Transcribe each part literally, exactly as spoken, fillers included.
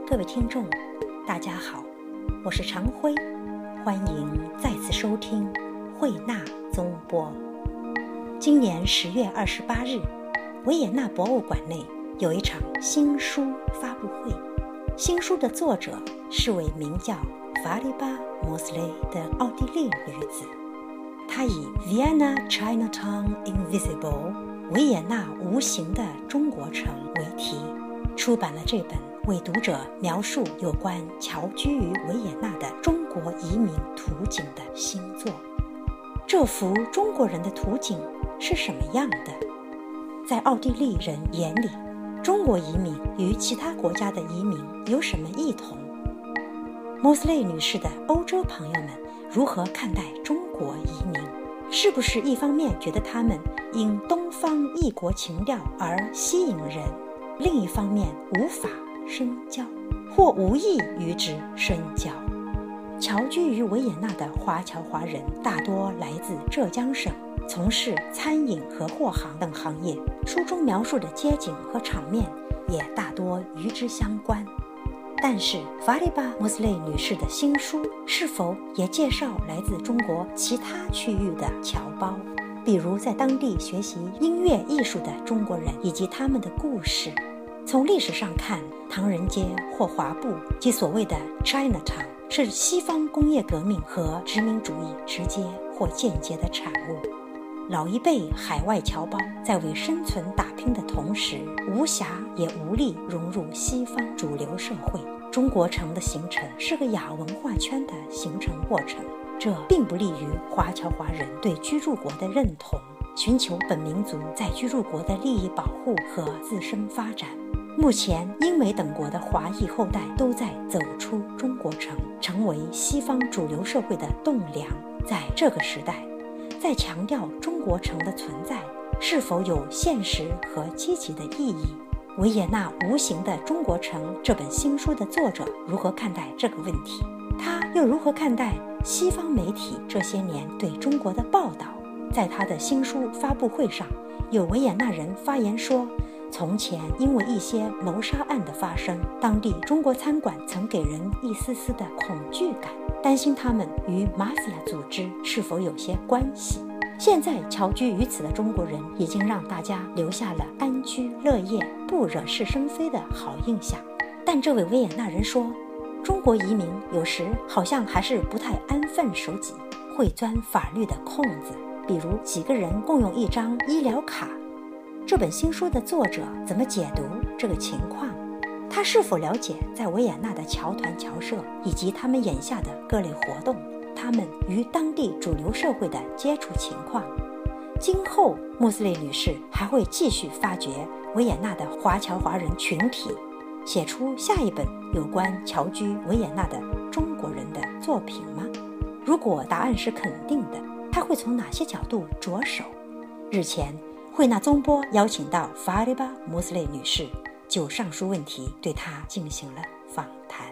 各位听众，大家好，我是常辉，欢迎再次收听慧纳综播。今年十月二十八日，维也纳博物馆内有一场新书发布会。新书的作者是位名叫法里巴·莫斯雷的奥地利女子，她以 Vienna Chinatown Invisible 维也纳无形的中国城为题，出版了这本为读者描述有关侨居于维也纳的中国移民图景的新作。这幅中国人的图景是什么样的？在奥地利人眼里，中国移民与其他国家的移民有什么异同？莫斯雷女士的欧洲朋友们如何看待中国移民？是不是一方面觉得他们因东方异国情调而吸引人，另一方面无法深交，或无意与之深交？侨居于维也纳的华侨华人大多来自浙江省，从事餐饮和货行等行业，书中描述的街景和场面也大多与之相关。但是法里巴·莫斯雷女士的新书是否也介绍来自中国其他区域的侨胞，比如在当地学习音乐艺术的中国人以及他们的故事？从历史上看，唐人街或华埠即所谓的 Chinatown 是西方工业革命和殖民主义直接或间接的产物。老一辈海外侨胞在为生存打拼的同时，无暇也无力融入西方主流社会。中国城的形成是个亚文化圈的形成过程，这并不利于华侨华人对居住国的认同，寻求本民族在居住国的利益保护和自身发展。目前英美等国的华裔后代都在走出中国城，成为西方主流社会的栋梁。在这个时代，在强调中国城的存在是否有现实和积极的意义？维也纳无形的中国城这本新书的作者如何看待这个问题？他又如何看待西方媒体这些年对中国的报道？在他的新书发布会上，有维也纳人发言说，从前因为一些谋杀案的发生，当地中国餐馆曾给人一丝丝的恐惧感，担心他们与马菲亚组织是否有些关系。现在侨居于此的中国人已经让大家留下了安居乐业、不惹是生非的好印象。但这位维也纳人说，中国移民有时好像还是不太安分守己，会钻法律的空子，比如几个人共用一张医疗卡。这本新书的作者怎么解读这个情况？他是否了解在维也纳的侨团侨社以及他们眼下的各类活动，他们与当地主流社会的接触情况？今后莫斯雷女士还会继续发掘维也纳的华侨华人群体，写出下一本有关侨居维也纳的中国人的作品吗？如果答案是肯定的，她会从哪些角度着手？日前慧纳综播邀请到法里巴·莫斯雷女士，就上述问题对她进行了访谈。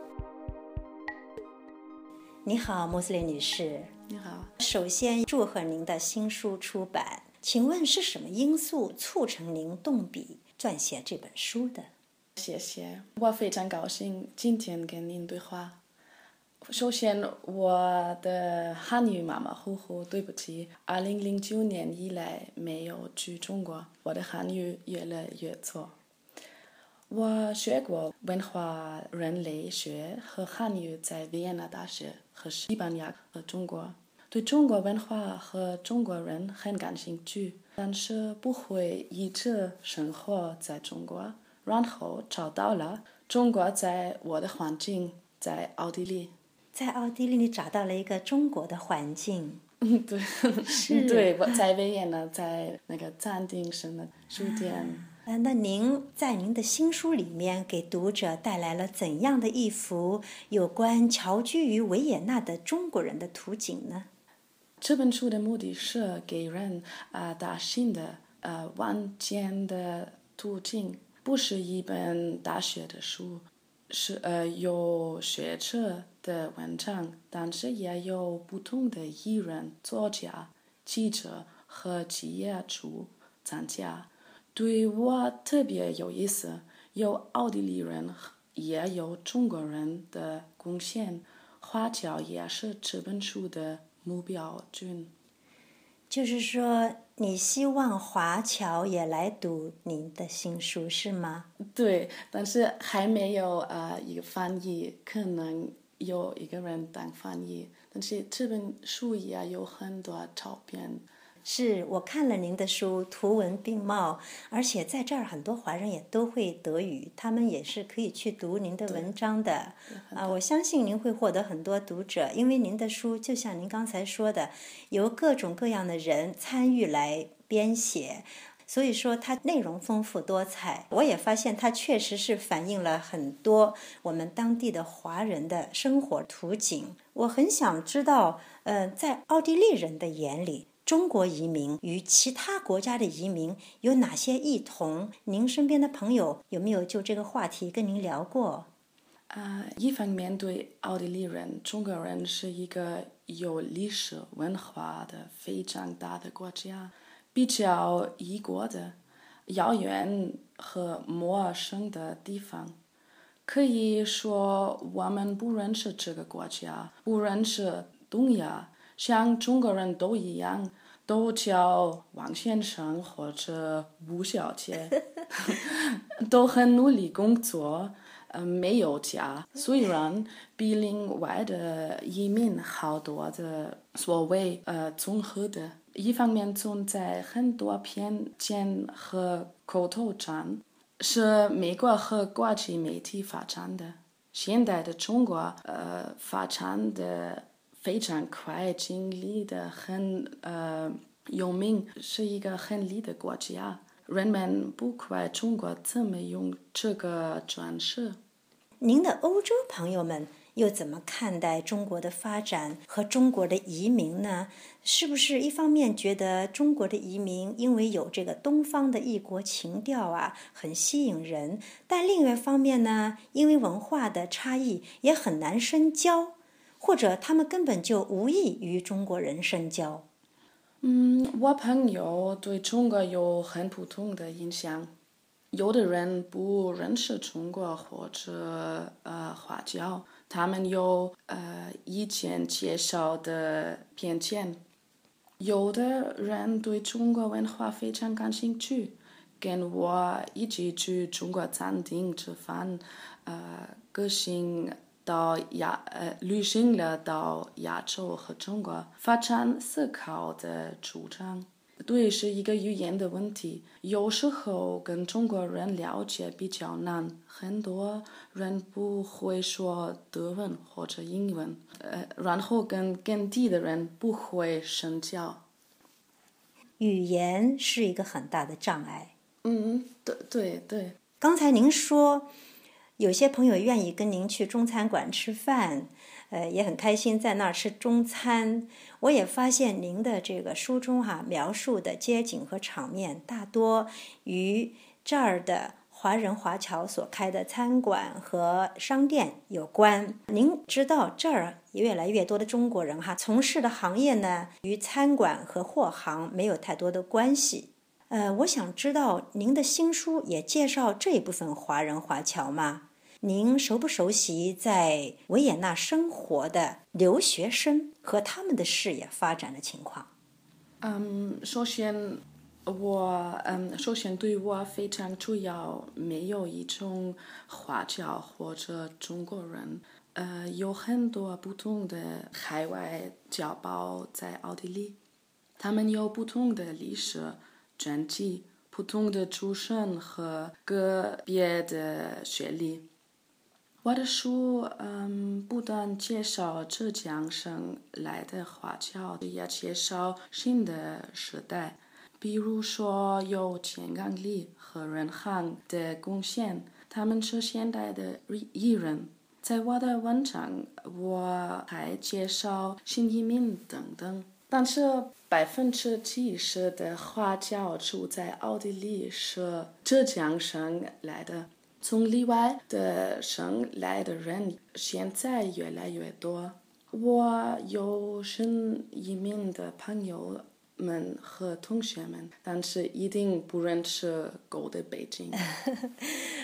你好，莫斯雷女士。 你好。 首先祝贺您的新书出版，请问是什么因素促成您动笔撰写这本书的？ 谢谢，我非常高兴今天跟您对话。首先，我的汉语马马虎虎，对不起。二零零九年以来没有去中国，我的汉语越来越错。我学过文化人类学和汉语，在维也纳大学和西班牙和中国，对中国文化和中国人很感兴趣，但是不会一直生活在中国。然后找到了中国在我的环境，在奥地利。 在奥地利你找到了一个中国的环境。 嗯，对，是，对，我在维也纳，在那个餐厅什么书店。 啊，那您在您的新书里面给读者带来了怎样的一幅有关侨居于维也纳的中国人的图景呢？ 这本书的目的是给人啊、呃、打新的呃完全的途径，不是一本大学的书，是呃有学者的文章，但是也有不同的艺人、作家、记者和企业主参加。对我特别有意思，有奥地利人也有中国人的贡献，华侨也是这本书的目标群。 就是说，你希望华侨也来读您的新书是吗？ 对，但是还没有呃一个翻译，可能有一个人当翻译，但是这本书也有很多照片。 是我看了您的书，图文并茂，而且在这儿很多华人也都会德语，他们也是可以去读您的文章的。啊，我相信您会获得很多读者，因为您的书就像您刚才说的，由各种各样的人参与来编写。所以说它内容丰富多彩，我也发现它确实是反映了很多我们当地的华人的生活图景。我很想知道，呃，在奥地利人的眼里，中国移民与其他国家的移民有哪些异同？您身边的朋友有没有就这个话题跟您聊过？ 呃，一方面对奥地利人，中国人是一个有历史文化的非常大的国家，比较异国的、遥远和陌生的地方。可以说我们不认识这个国家，不认识东亚，像中国人都一样，都叫王先生或者吴小姐，都很努力工作，呃，没有家。虽然比另外的移民好多的所谓呃综合的，一方面存在很多偏见和口头禅。是美国和国际媒体发展的。现代的中国，呃，发展的非常快，经历的很呃有名，是一个很厉的国家。人们不怪中国怎么用这个转世。 您的欧洲朋友们又怎么看待中国的发展和中国的移民呢？是不是一方面觉得中国的移民因为有这个东方的异国情调啊，很吸引人，但另外一方面呢，因为文化的差异也很难深交，或者他们根本就无意与中国人深交？ 嗯，我朋友对中国有很不同的印象。有的人不认识中国或者呃华侨，他们有呃以前介绍的偏见。有的人对中国文化非常感兴趣，跟我一起去中国餐厅吃饭，呃，个性到亚呃旅行了到亚洲和中国，发展思考的主张。对，是一个语言的问题，有时候跟中国人了解比较难，很多人不会说德文或者英文，呃，然后跟跟地的人不会深交。 语言是一个很大的障碍。 嗯，对对对。 刚才您说，有些朋友愿意跟您去中餐馆吃饭，呃，也很开心在那儿吃中餐。我也发现您的这个书中哈、啊、描述的街景和场面，大多与这儿的华人华侨所开的餐馆和商店有关。您知道这儿越来越多的中国人哈，从事的行业呢，与餐馆和货行没有太多的关系。呃，我想知道您的新书也介绍这一部分华人华侨吗？您熟不熟悉在维也纳生活的留学生和他们的事业发展的情况？ 嗯，首先我嗯，首先对我非常主要，没有一种华侨或者中国人，呃，有很多不同的海外侨胞在奥地利，他们有不同的历史、传记、不同的出身和个别的学历。我的书嗯，不但介绍浙江省来的华侨，也介绍新的时代，比如说有钱刚利和任航的贡献，他们是现代的艺人。在我的文章，我还介绍新移民等等。但是百分之七十的华侨住在奥地利是浙江省来的。从另外的省来的人现在越来越多。我有新移民的朋友们和同学们，但是一定不认识狗的北京。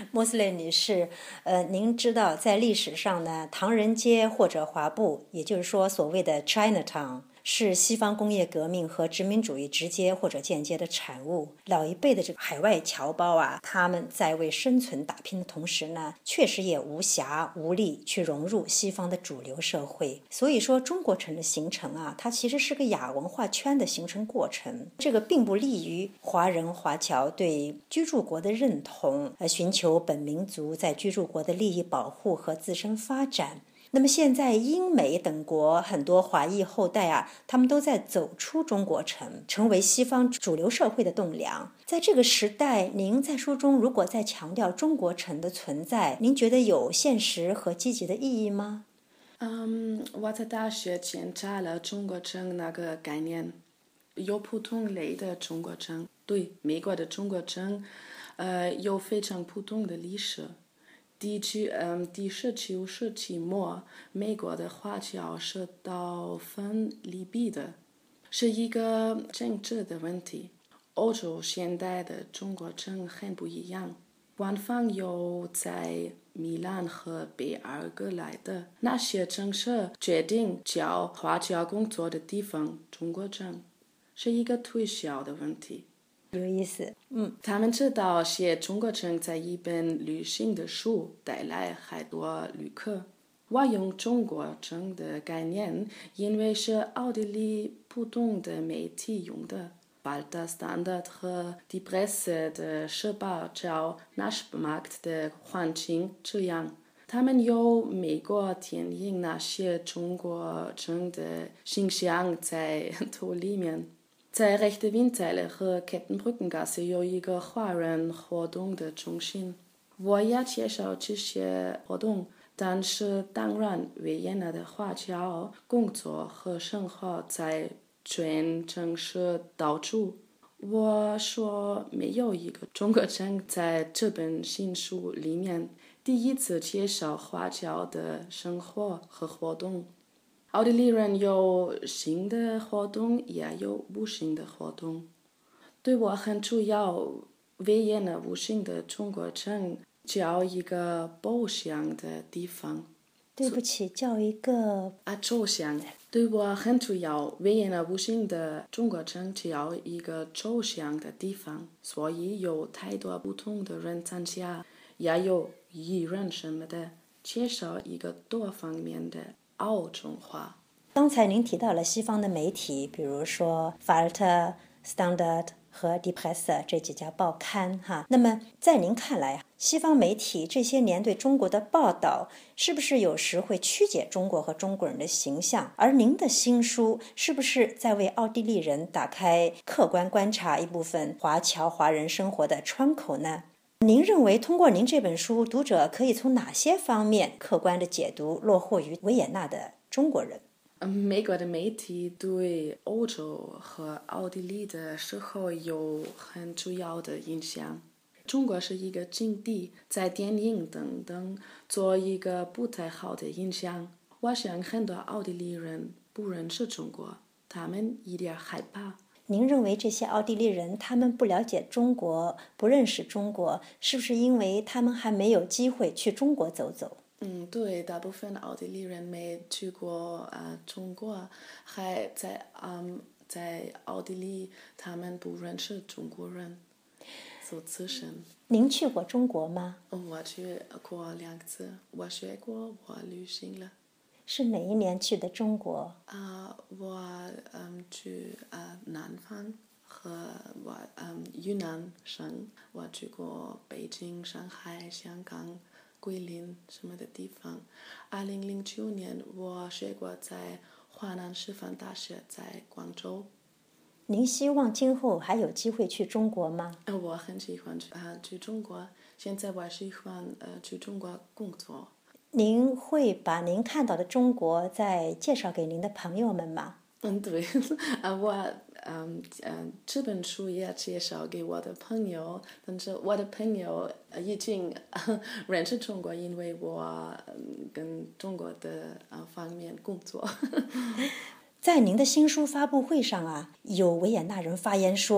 莫斯雷女士，呃，您知道在历史上呢，唐人街或者华埠，也就是说所谓的 Chinatown，是西方工业革命和殖民主义直接或者间接的产物。老一辈的这个海外侨胞啊，他们在为生存打拼的同时呢，确实也无暇无力去融入西方的主流社会。所以说，中国城的形成啊，它其实是个亚文化圈的形成过程。这个并不利于华人华侨对居住国的认同，呃，寻求本民族在居住国的利益保护和自身发展。那么现在英美等国很多华裔后代啊，他们都在走出中国城，成为西方主流社会的栋梁。在这个时代，您在书中如果在强调中国城的存在，您觉得有现实和积极的意义吗？ 嗯，我在大学检查了中国城那个概念，有不同类的中国城。对，美国的中国城，呃，有非常不同的历史。第七嗯，第十九世纪末，美国的华侨是到分利弊的，是一个政治的问题。欧洲现代的中国城很不一样，官方有在米兰和北爱尔兰的那些城市决定叫华侨工作的地方中国城，是一个推销的问题。 有意思，嗯， 他们知道写中国城在一本旅行的书带来很多旅客。我用中国城的概念，因为是奥地利不同的媒体用的。Falter Standard 和 Die Presse 的时报叫 Naschmarkt 的环境这样。他们有美国电影那些中国城的形象在头里面。在 Rechte Windseile 和 Kettenbrückengasse 有一个华人活动的中心，我也介绍这些活动，但是当然维也纳的华侨工作和生活在全城市到处。我说没有一个中国城在这本新书里面第一次介绍华侨的生活和活动。奥地利人有新的活动，也有无形的活动。对我很重要，维也纳无形的中国城叫一个包厢的地方。 对不起，叫一个啊，抽象。对我很重要，维也纳无形的中国城叫一个抽象的地方，所以有太多不同的人参加，也有艺人什么的，介绍一个多方面的澳中话。 刚才您提到了西方的媒体，比如说 Falter Standard 和 Die Presse 这几家报刊哈。那么在您看来，西方媒体这些年对中国的报道是不是有时会曲解中国和中国人的形象？而您的新书是不是在为奥地利人打开客观观察一部分华侨华人生活的窗口呢？您认为通过您这本书，读者可以从哪些方面客观的解读落户于维也纳的中国人？ 美国的媒体对欧洲和奥地利的时候有很主要的影响。中国是一个境地，在电影等等做一个不太好的印象。我想很多奥地利人不认识中国，他们有点害怕。 您认为这些奥地利人他们不了解中国，不认识中国，是不是因为他们还没有机会去中国走走？ 嗯，对，大部分奥地利人没去过呃中国，还在嗯在奥地利，他们不认识中国人，做自身。 您去过中国吗？ 我去过两次，我学过，我旅行了。 是哪一年去的中国？ 啊、uh, 我嗯去啊、uh, 南方和我嗯云南省，我去过北京、上海、香港。桂林什么的地方。二零零九年，我学过在华南师范大学，在广州。 您希望今后还有机会去中国吗？ 呃，我很喜欢去啊、呃、去中国。现在我喜欢呃去中国工作。 您会把您看到的中国再介绍给您的朋友们吗？ 嗯，对，啊，我嗯嗯这本书也介绍给我的朋友，但是我的朋友已经认识中国，因为我跟中国的啊方面工作。 在您的新书发布会上啊，有维也纳人发言说，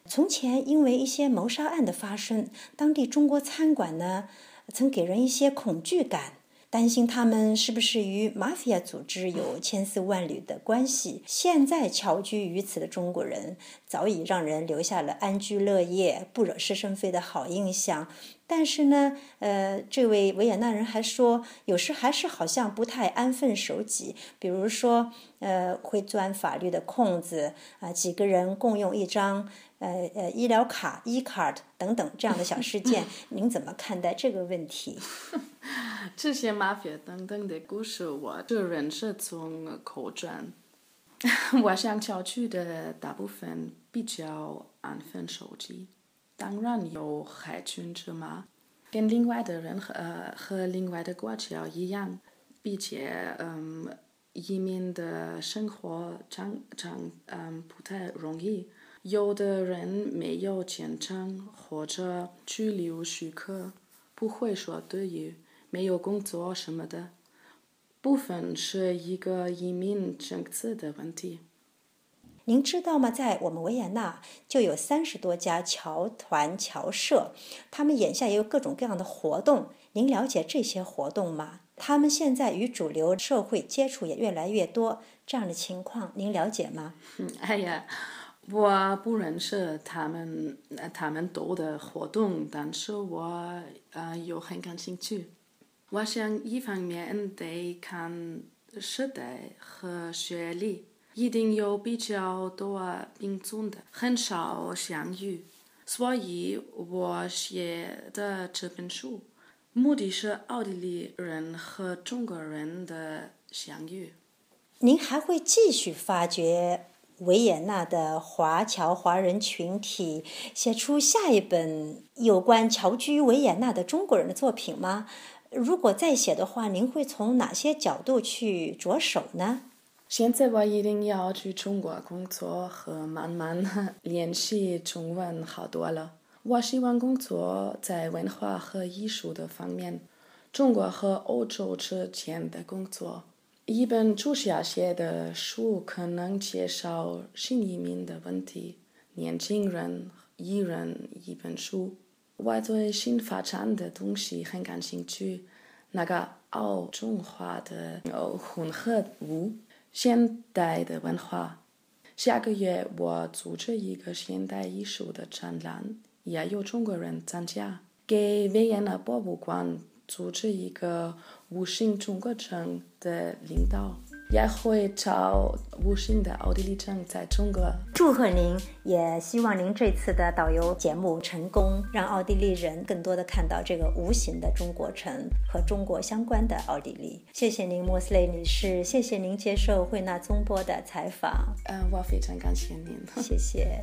从前因为一些谋杀案的发生，当地中国餐馆呢曾给人一些恐惧感，担心他们是不是与 mafia 组织有千丝万缕的关系。现在侨居于此的中国人早已让人留下了安居乐业、不惹是生非的好印象。但是呢，呃，这位维也纳人还说，有时还是好像不太安分守己，比如说，呃，会钻法律的空子啊、呃，几个人共用一张呃呃医疗卡 e-card 等等这样的小事件，您怎么看待这个问题？ 这些 mafia 等等的故事，我个人是从口传。我想郊区的大部分比较安分守己。当然有害群之马，跟另外的人和、呃、和另外的国家一样，并且嗯，移民的生活常常嗯不太容易。有的人没有签证或者居留许可，不会说德语，没有工作什么的，部分是一个移民政策的问题。 您知道吗？在我们维也纳就有三十多家侨团侨社，他们眼下也有各种各样的活动。您了解这些活动吗？他们现在与主流社会接触也越来越多，这样的情况您了解吗？ 嗯，哎呀，我不认识他们他们做的活动，但是我呃有很感兴趣。我想一方面得看时代和学历。一定有比较多民族的，很少相遇，所以我写的这本书，目的是奥地利人和中国人的相遇。 您还会继续发掘维也纳的华侨华人群体，写出下一本有关侨居维也纳的中国人的作品吗？如果再写的话，您会从哪些角度去着手呢？ 现在我一定要去中国工作和慢慢练习中文好多了。我希望工作在文化和艺术的方面，中国和欧洲之间的工作。一本注下写的书可能介绍新移民的问题，年轻人一人一本书。我对新发展的东西很感兴趣，那个欧中华的混合物。现代的文化，下个月我组织一个现代艺术的展览，也有中国人参加。给维也纳博物馆组织一个无形中国城的领导，也会找无形的奥地利城在中国。 祝贺您，也希望您这次的导游节目成功，让奥地利人更多的看到这个无形的中国城和中国相关的奥地利。谢谢您，莫斯雷女士，谢谢您接受慧纳综播的采访。 呃，我非常感谢您， 谢谢。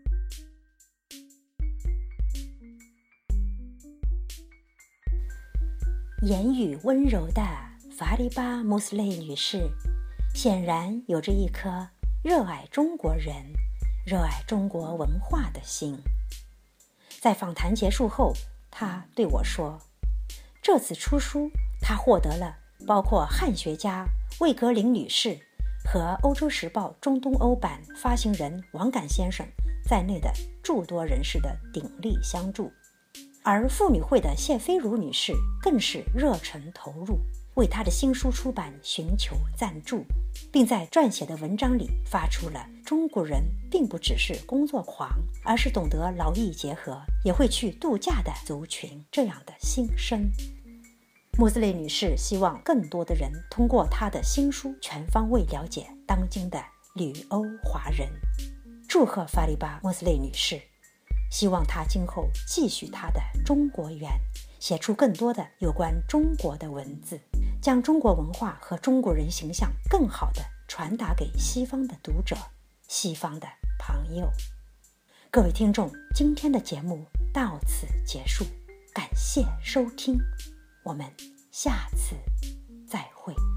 言语温柔的法里巴穆斯雷女士，显然有着一颗热爱中国人、热爱中国文化的心。在访谈结束后，她对我说，这次出书她获得了包括汉学家魏格林女士和欧洲时报中东欧版发行人王敢先生在内的诸多人士的鼎力相助，而妇女会的谢飞如女士更是热忱投入，为她的新书出版寻求赞助，并在撰写的文章里发出了中国人并不只是工作狂，而是懂得劳逸结合，也会去度假的族群这样的心声。穆斯雷女士希望更多的人通过她的新书全方位了解当今的旅欧华人。祝贺法里巴穆斯雷女士，希望她今后继续她的中国缘，写出更多的有关中国的文字，将中国文化和中国人形象更好地传达给西方的读者、西方的朋友。各位听众，今天的节目到此结束，感谢收听，我们下次再会。